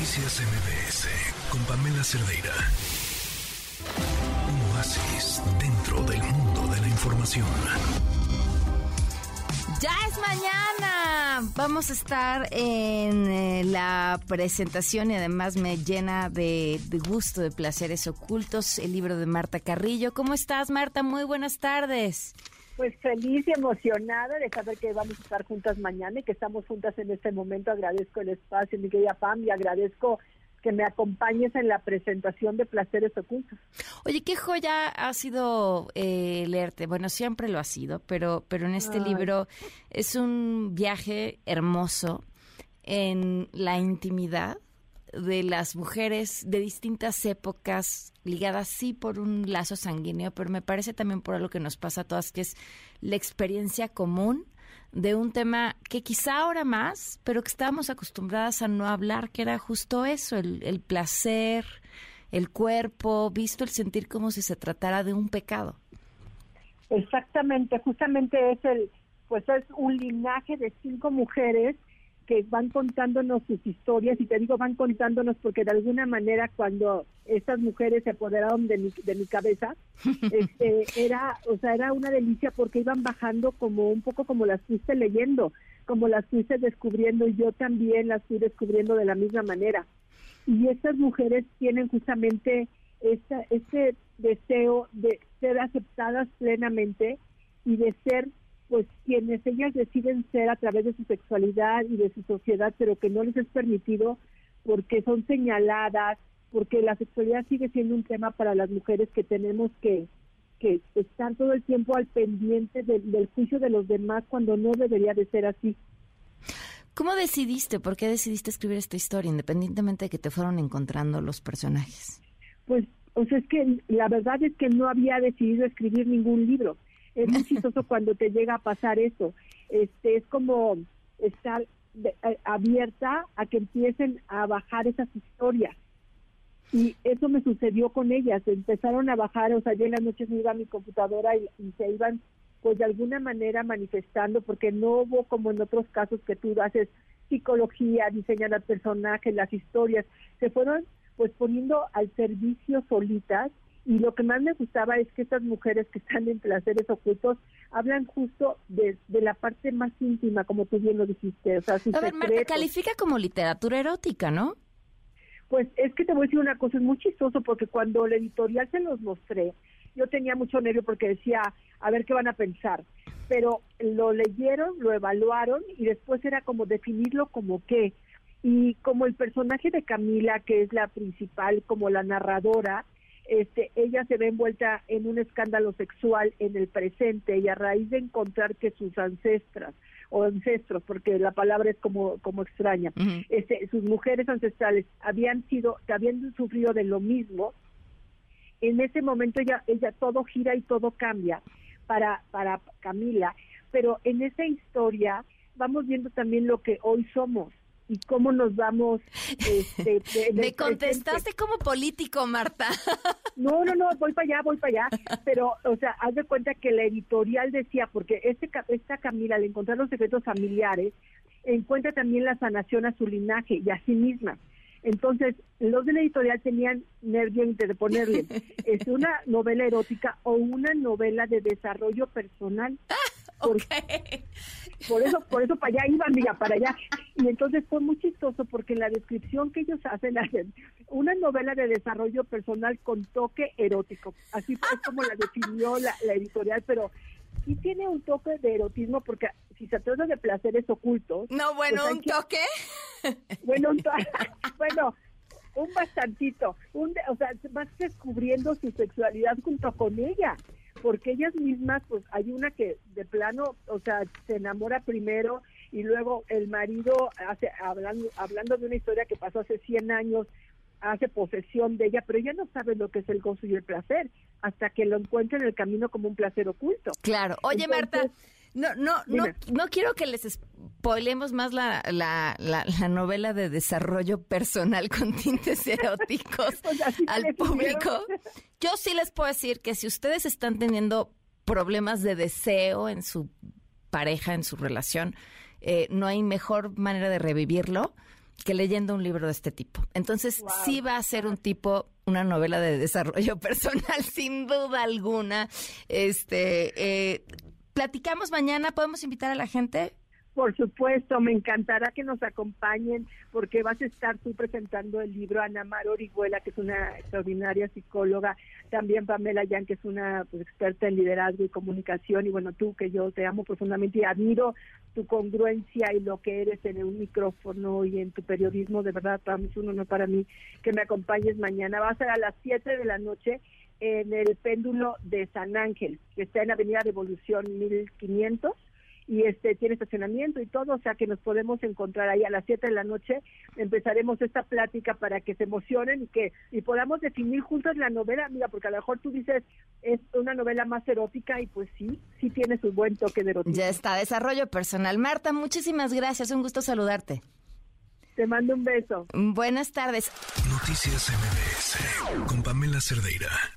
Noticias MBS con Pamela Cerdeira. Un oasis dentro del mundo de la información. Ya es mañana. Vamos a estar en la presentación y además me llena de gusto, de placeres ocultos, el libro de Marta Carrillo. ¿Cómo estás, Marta? Muy buenas tardes. Pues feliz y emocionada de saber que vamos a estar juntas mañana y que estamos juntas en este momento. Agradezco el espacio, mi querida Pam, y agradezco que me acompañes en la presentación de Placeres Ocultos. Oye, qué joya ha sido leerte. Bueno, siempre lo ha sido, pero en este libro es un viaje hermoso en la intimidad de las mujeres de distintas épocas, ligadas sí por un lazo sanguíneo, pero me parece también por algo que nos pasa a todas, que es la experiencia común de un tema que quizá ahora más, pero que estábamos acostumbradas a no hablar, que era justo eso, el placer, el cuerpo, visto el sentir como si se tratara de un pecado. Exactamente, justamente es es un linaje de 5 mujeres que van contándonos sus historias, y te digo van contándonos porque de alguna manera cuando estas mujeres se apoderaron de mi cabeza, era una delicia porque iban bajando como un poco como las fuiste leyendo, como las fuiste descubriendo, y yo también las fui descubriendo de la misma manera. Y estas mujeres tienen justamente ese deseo de ser aceptadas plenamente y de ser pues quienes ellas deciden ser a través de su sexualidad y de su sociedad, pero que no les es permitido porque son señaladas, porque la sexualidad sigue siendo un tema para las mujeres que tenemos que estar todo el tiempo al pendiente del juicio de los demás cuando no debería de ser así. ¿Cómo decidiste? ¿Por qué decidiste escribir esta historia, independientemente de que te fueron encontrando los personajes? Pues, es que la verdad es que no había decidido escribir ningún libro. Es muy chistoso cuando te llega a pasar eso. Es como estar abierta a que empiecen a bajar esas historias. Y eso me sucedió con ellas. Empezaron a bajar, yo en las noches me iba a mi computadora y se iban, pues de alguna manera manifestando, porque no hubo como en otros casos que tú haces psicología, diseñan al personaje, las historias. Se fueron pues poniendo al servicio solitas. Y lo que más me gustaba es que estas mujeres que están en Placeres Ocultos hablan justo de la parte más íntima, como tú bien lo dijiste. Sus secretos. Marta, califica como literatura erótica, ¿no? Pues es que te voy a decir una cosa, es muy chistoso porque cuando la editorial se los mostré, yo tenía mucho nervio porque decía, a ver qué van a pensar. Pero lo leyeron, lo evaluaron y después era como definirlo como qué. Y como el personaje de Camila, que es la principal, como la narradora, ella se ve envuelta en un escándalo sexual en el presente, y a raíz de encontrar que sus ancestros, porque la palabra es como extraña, sus mujeres ancestrales habían sufrido de lo mismo, en ese momento ella todo gira y todo cambia para Camila, pero en esa historia vamos viendo también lo que hoy somos y cómo nos vamos me contestaste como político, Marta. No, voy para allá, pero, haz de cuenta que la editorial decía, porque esta Camila, al encontrar los secretos familiares, encuentra también la sanación a su linaje y a sí misma. Entonces, los de la editorial tenían nervio de ponerle, ¿es una novela erótica o una novela de desarrollo personal? Okay. Por eso para allá iban, para allá. Y entonces fue muy chistoso porque en la descripción que ellos hacen una novela de desarrollo personal con toque erótico. Así fue como la definió la editorial, pero sí tiene un toque de erotismo porque si se trata de Placeres Ocultos... No, bueno, pues ¿toque? Bueno, un bastantito. Vas descubriendo su sexualidad junto con ella. Porque ellas mismas, pues hay una que de plano, se enamora primero y luego el marido, hablando de una historia que pasó hace 100 años, hace posesión de ella, pero ella no sabe lo que es el gozo y el placer hasta que lo encuentra en el camino como un placer oculto. Claro. Oye, entonces, Marta, no quiero que les spoilemos más la novela de desarrollo personal con tintes eróticos al público. Yo sí les puedo decir que si ustedes están teniendo problemas de deseo en su pareja, en su relación, no hay mejor manera de revivirlo que leyendo un libro de este tipo. Entonces, sí va a ser una novela de desarrollo personal, sin duda alguna. Platicamos mañana, ¿podemos invitar a la gente? Por supuesto, me encantará que nos acompañen porque vas a estar tú presentando el libro, Ana Mar Orihuela, que es una extraordinaria psicóloga, también Pamela Yan, que es una experta en liderazgo y comunicación, y bueno, tú, que yo te amo profundamente y admiro tu congruencia y lo que eres en un micrófono y en tu periodismo, de verdad, para mí es un honor para mí que me acompañes mañana. Va a ser a las 7 de la noche en el Péndulo de San Ángel, que está en Avenida Revolución 1500, y tiene estacionamiento y todo, o sea que nos podemos encontrar ahí a las 7 de la noche. Empezaremos esta plática para que se emocionen y podamos definir juntos la novela. Mira, porque a lo mejor tú dices es una novela más erótica y pues sí tiene su buen toque de erotismo. Ya está, desarrollo personal. Marta, muchísimas gracias, un gusto saludarte. Te mando un beso. Buenas tardes. Noticias MBS con Pamela Cerdeira.